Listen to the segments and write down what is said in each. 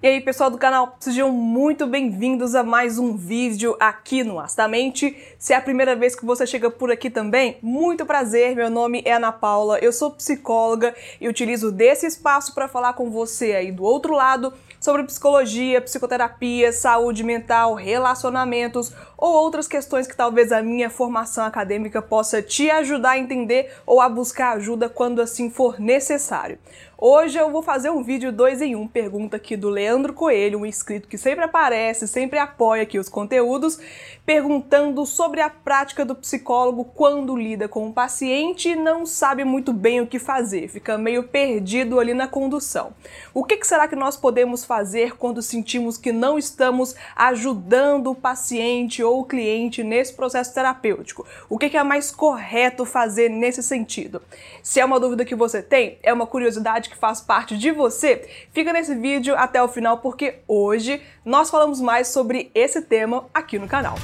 E aí, pessoal do canal, sejam muito bem-vindos a mais um vídeo aqui no Astamente. Se é a primeira vez que você chega por aqui também, muito prazer, meu nome é Ana Paula, eu sou psicóloga e utilizo desse espaço para falar com você aí do outro lado sobre psicologia, psicoterapia, saúde mental, relacionamentos ou outras questões que talvez a minha formação acadêmica possa te ajudar a entender ou a buscar ajuda quando assim for necessário. Hoje eu vou fazer um vídeo 2 em 1, pergunta aqui do Leandro Coelho, um inscrito que sempre aparece, sempre apoia aqui os conteúdos, perguntando sobre a prática do psicólogo quando lida com um paciente e não sabe muito bem o que fazer, fica meio perdido ali na condução. O que será que nós podemos fazer quando sentimos que não estamos ajudando o paciente ou o cliente nesse processo terapêutico? O que é mais correto fazer nesse sentido? Se é uma dúvida que você tem, é uma curiosidade que faz parte de você, fica nesse vídeo até o final porque hoje nós falamos mais sobre esse tema aqui no canal.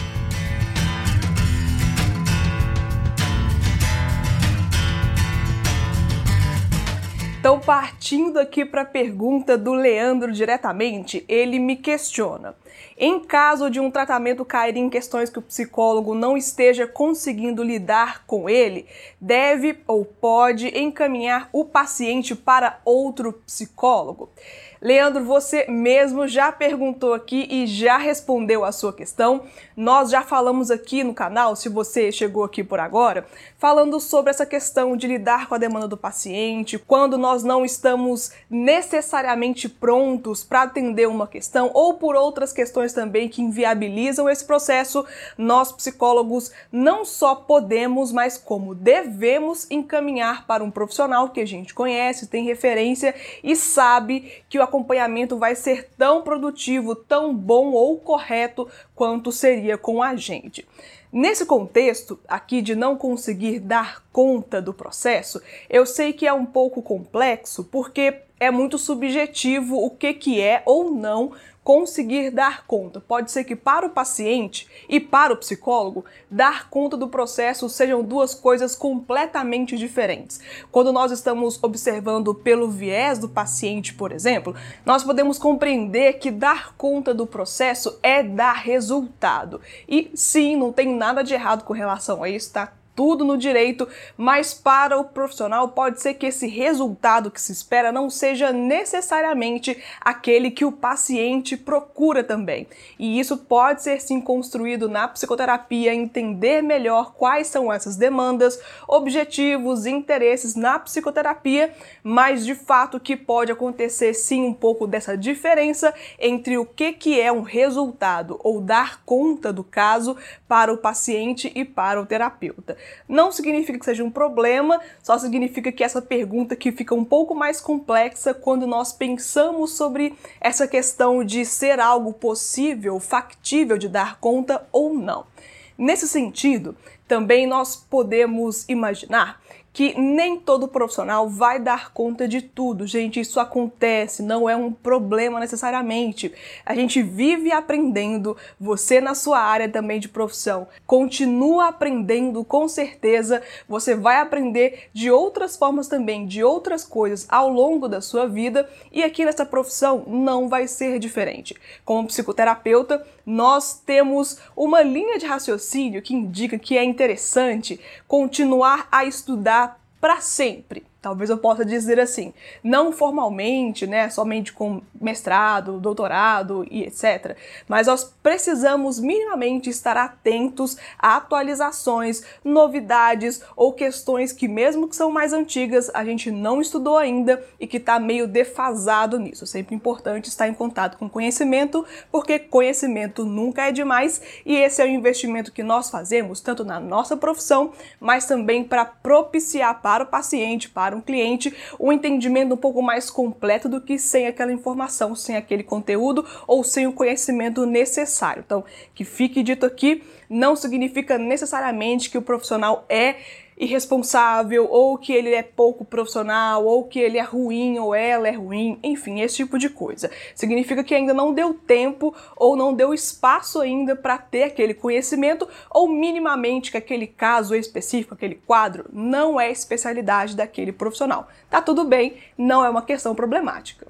Então, partindo aqui para a pergunta do Leandro diretamente, ele me questiona: em caso de um tratamento cair em questões que o psicólogo não esteja conseguindo lidar com ele, deve ou pode encaminhar o paciente para outro psicólogo? Leandro, você mesmo já perguntou aqui e já respondeu a sua questão. Nós já falamos aqui no canal, se você chegou aqui por agora, falando sobre essa questão de lidar com a demanda do paciente, quando nós não estamos necessariamente prontos para atender uma questão ou por outras questões também que inviabilizam esse processo, nós psicólogos não só podemos, mas como devemos encaminhar para um profissional que a gente conhece, tem referência e sabe que o acompanhamento vai ser tão produtivo, tão bom ou correto quanto seria com a gente. Nesse contexto aqui de não conseguir dar conta do processo, eu sei que é um pouco complexo porque é muito subjetivo o que é ou não conseguir dar conta. Pode ser que para o paciente e para o psicólogo, dar conta do processo sejam duas coisas completamente diferentes. Quando nós estamos observando pelo viés do paciente, por exemplo, nós podemos compreender que dar conta do processo é dar resultado. E sim, não tem nada de errado com relação a isso, tá? Tudo no direito, mas para o profissional pode ser que esse resultado que se espera não seja necessariamente aquele que o paciente procura também. E isso pode ser sim construído na psicoterapia, entender melhor quais são essas demandas, objetivos, interesses na psicoterapia, mas de fato que pode acontecer sim um pouco dessa diferença entre o que é um resultado ou dar conta do caso para o paciente e para o terapeuta. Não significa que seja um problema, só significa que essa pergunta que fica um pouco mais complexa quando nós pensamos sobre essa questão de ser algo possível, factível de dar conta ou não. Nesse sentido, também nós podemos imaginar que nem todo profissional vai dar conta de tudo. Gente, isso acontece, não é um problema necessariamente. A gente vive aprendendo, você na sua área também de profissão, continua aprendendo com certeza, você vai aprender de outras formas também, de outras coisas ao longo da sua vida e aqui nessa profissão não vai ser diferente. Como psicoterapeuta, nós temos uma linha de raciocínio que indica que é interessante continuar a estudar para sempre. Talvez eu possa dizer assim, não formalmente, né, somente com mestrado, doutorado e etc. Mas nós precisamos minimamente estar atentos a atualizações, novidades ou questões que mesmo que são mais antigas, a gente não estudou ainda e que está meio defasado nisso. É sempre importante estar em contato com conhecimento, porque conhecimento nunca é demais e esse é o investimento que nós fazemos, tanto na nossa profissão, mas também para propiciar para o paciente, para um cliente, um entendimento um pouco mais completo do que sem aquela informação, sem aquele conteúdo ou sem o conhecimento necessário. Então, que fique dito aqui, não significa necessariamente que o profissional é irresponsável, ou que ele é pouco profissional, ou que ele é ruim, ou ela é ruim, enfim, esse tipo de coisa. Significa que ainda não deu tempo, ou não deu espaço ainda para ter aquele conhecimento, ou minimamente que aquele caso específico, aquele quadro, não é especialidade daquele profissional. Tá tudo bem, não é uma questão problemática.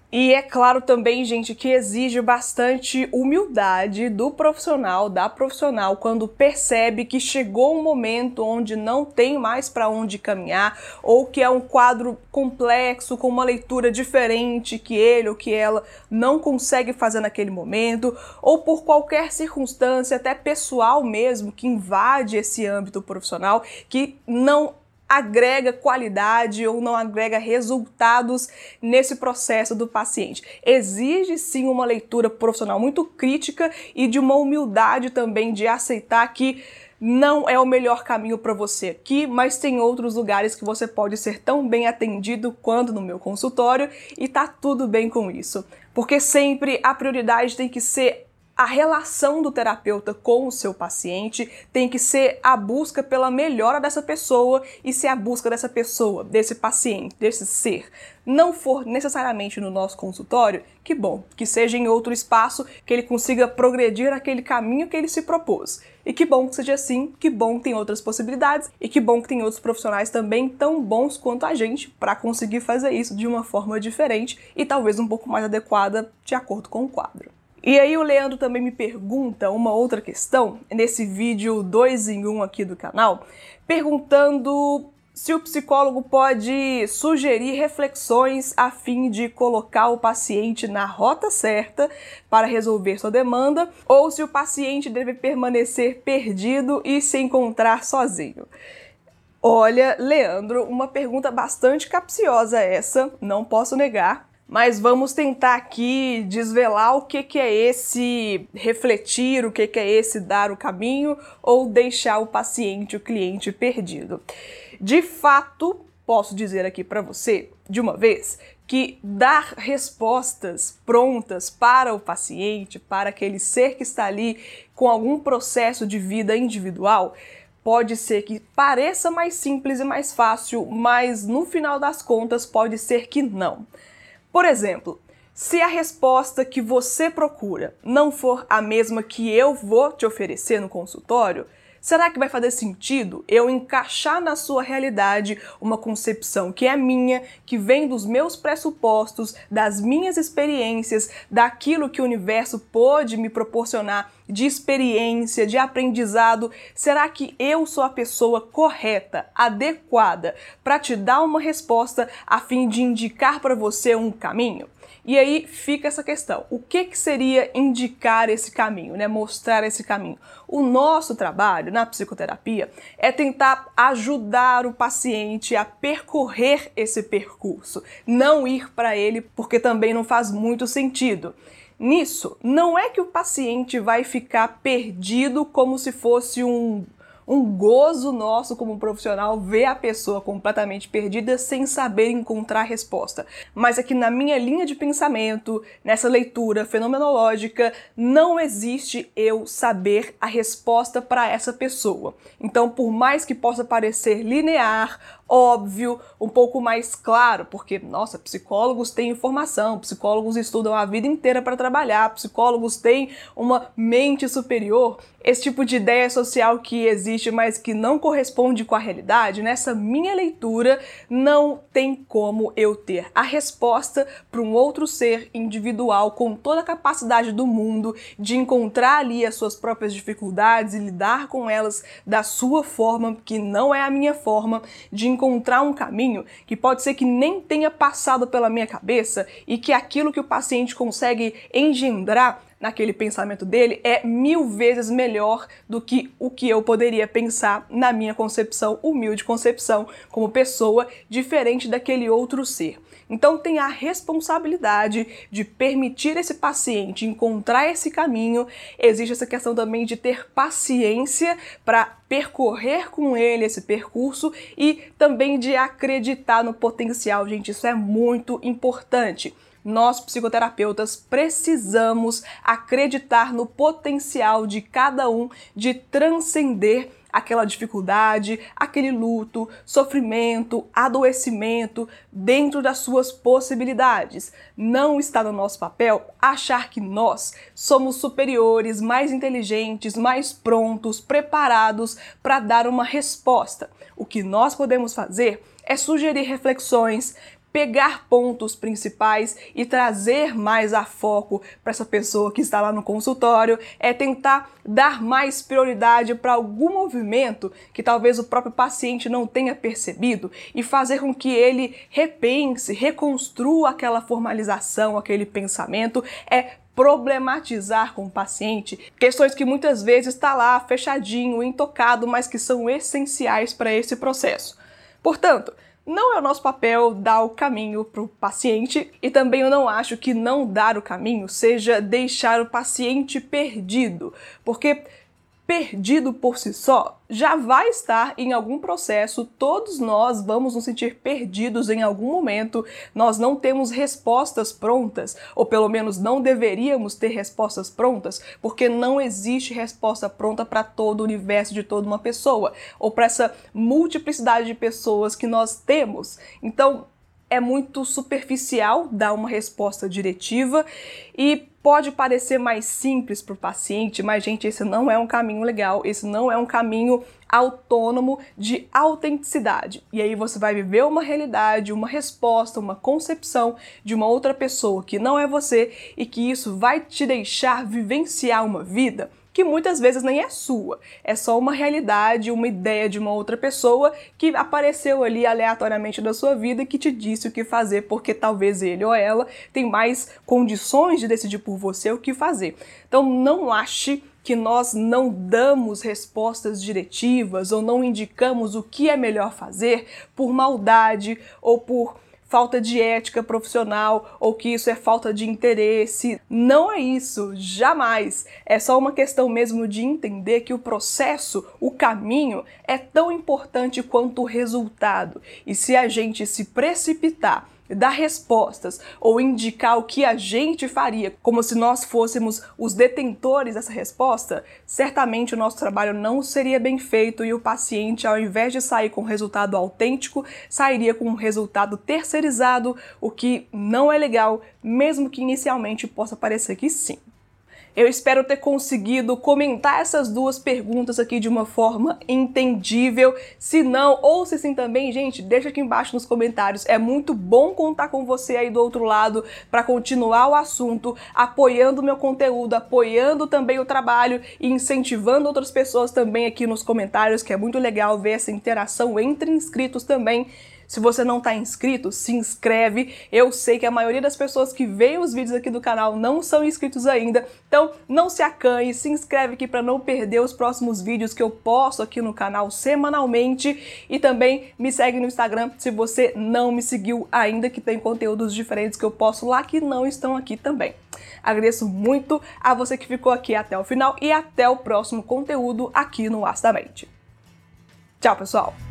E é claro também, gente, que exige bastante humildade do profissional, da profissional, quando percebe que chegou um momento onde não tem mais para onde caminhar, ou que é um quadro complexo, com uma leitura diferente que ele ou que ela não consegue fazer naquele momento, ou por qualquer circunstância, até pessoal mesmo, que invade esse âmbito profissional, que não agrega qualidade ou não agrega resultados nesse processo do paciente. Exige sim uma leitura profissional muito crítica e de uma humildade também de aceitar que não é o melhor caminho para você aqui, mas tem outros lugares que você pode ser tão bem atendido quanto no meu consultório e tá tudo bem com isso. Porque sempre a prioridade tem que ser a relação do terapeuta com o seu paciente, tem que ser a busca pela melhora dessa pessoa, e se a busca dessa pessoa, desse paciente, desse ser, não for necessariamente no nosso consultório, que bom, que seja em outro espaço, que ele consiga progredir naquele caminho que ele se propôs. E que bom que seja assim, que bom que tem outras possibilidades, e que bom que tem outros profissionais também tão bons quanto a gente para conseguir fazer isso de uma forma diferente e talvez um pouco mais adequada de acordo com o quadro. E aí o Leandro também me pergunta uma outra questão, nesse vídeo 2 em 1 aqui do canal, perguntando se o psicólogo pode sugerir reflexões a fim de colocar o paciente na rota certa para resolver sua demanda, ou se o paciente deve permanecer perdido e se encontrar sozinho. Olha, Leandro, uma pergunta bastante capciosa essa, não posso negar. Mas vamos tentar aqui desvelar o que é esse refletir, o que é esse dar o caminho ou deixar o paciente, o cliente perdido. De fato, posso dizer aqui para você, de uma vez, que dar respostas prontas para o paciente, para aquele ser que está ali com algum processo de vida individual, pode ser que pareça mais simples e mais fácil, mas no final das contas pode ser que não. Por exemplo, se a resposta que você procura não for a mesma que eu vou te oferecer no consultório, será que vai fazer sentido eu encaixar na sua realidade uma concepção que é minha, que vem dos meus pressupostos, das minhas experiências, daquilo que o universo pôde me proporcionar de experiência, de aprendizado? Será que eu sou a pessoa correta, adequada, para te dar uma resposta a fim de indicar para você um caminho? E aí fica essa questão, o que seria indicar esse caminho, né? Mostrar esse caminho? O nosso trabalho na psicoterapia é tentar ajudar o paciente a percorrer esse percurso, não ir para ele, porque também não faz muito sentido. Nisso, não é que o paciente vai ficar perdido como se fosse um gozo nosso como profissional ver a pessoa completamente perdida sem saber encontrar resposta. Mas é que na minha linha de pensamento, nessa leitura fenomenológica, não existe eu saber a resposta para essa pessoa. Então, por mais que possa parecer linear, óbvio, um pouco mais claro, porque, nossa, psicólogos têm informação, psicólogos estudam a vida inteira para trabalhar, psicólogos têm uma mente superior, esse tipo de ideia social que existe, mas que não corresponde com a realidade, nessa minha leitura, não tem como eu ter a resposta para um outro ser individual com toda a capacidade do mundo de encontrar ali as suas próprias dificuldades e lidar com elas da sua forma, que não é a minha forma, de encontrar um caminho que pode ser que nem tenha passado pela minha cabeça e que aquilo que o paciente consegue engendrar naquele pensamento dele é 1000 vezes melhor do que o que eu poderia pensar na minha concepção, humilde concepção, como pessoa diferente daquele outro ser. Então tem a responsabilidade de permitir esse paciente encontrar esse caminho. Existe essa questão também de ter paciência para percorrer com ele esse percurso e também de acreditar no potencial. Gente, isso é muito importante. Nós, psicoterapeutas, precisamos acreditar no potencial de cada um de transcender aquela dificuldade, aquele luto, sofrimento, adoecimento dentro das suas possibilidades. Não está no nosso papel achar que nós somos superiores, mais inteligentes, mais prontos, preparados para dar uma resposta. O que nós podemos fazer é sugerir reflexões, pegar pontos principais e trazer mais a foco para essa pessoa que está lá no consultório, é tentar dar mais prioridade para algum movimento que talvez o próprio paciente não tenha percebido e fazer com que ele repense, reconstrua aquela formalização, aquele pensamento, problematizar com o paciente questões que muitas vezes está lá fechadinho, intocado, mas que são essenciais para esse processo. Portanto, não é o nosso papel dar o caminho para o paciente e também eu não acho que não dar o caminho seja deixar o paciente perdido, porque perdido por si só já vai estar em algum processo, todos nós vamos nos sentir perdidos em algum momento, nós não temos respostas prontas, ou pelo menos não deveríamos ter respostas prontas, porque não existe resposta pronta para todo o universo de toda uma pessoa, ou para essa multiplicidade de pessoas que nós temos. Então, é muito superficial dar uma resposta diretiva e pode parecer mais simples para o paciente, mas, gente, esse não é um caminho legal, esse não é um caminho autônomo de autenticidade. E aí você vai viver uma realidade, uma resposta, uma concepção de uma outra pessoa que não é você e que isso vai te deixar vivenciar uma vida que muitas vezes nem é sua, é só uma realidade, uma ideia de uma outra pessoa que apareceu ali aleatoriamente na sua vida e que te disse o que fazer, porque talvez ele ou ela tem mais condições de decidir por você o que fazer. Então não ache que nós não damos respostas diretivas ou não indicamos o que é melhor fazer por maldade ou por falta de ética profissional ou que isso é falta de interesse. Não é isso, jamais. É só uma questão mesmo de entender que o processo, o caminho, é tão importante quanto o resultado. E se a gente se precipitar, dar respostas ou indicar o que a gente faria, como se nós fôssemos os detentores dessa resposta, certamente o nosso trabalho não seria bem feito e o paciente, ao invés de sair com um resultado autêntico, sairia com um resultado terceirizado, o que não é legal, mesmo que inicialmente possa parecer que sim. Eu espero ter conseguido comentar essas duas perguntas aqui de uma forma entendível. Se não, ou se sim também, gente, deixa aqui embaixo nos comentários. É muito bom contar com você aí do outro lado para continuar o assunto, apoiando o meu conteúdo, apoiando também o trabalho e incentivando outras pessoas também aqui nos comentários, que é muito legal ver essa interação entre inscritos também. Se você não está inscrito, se inscreve. Eu sei que a maioria das pessoas que veem os vídeos aqui do canal não são inscritos ainda, então não se acanhe, se inscreve aqui para não perder os próximos vídeos que eu posto aqui no canal semanalmente e também me segue no Instagram se você não me seguiu ainda, que tem conteúdos diferentes que eu posto lá que não estão aqui também. Agradeço muito a você que ficou aqui até o final e até o próximo conteúdo aqui no Astamente. Tchau, pessoal!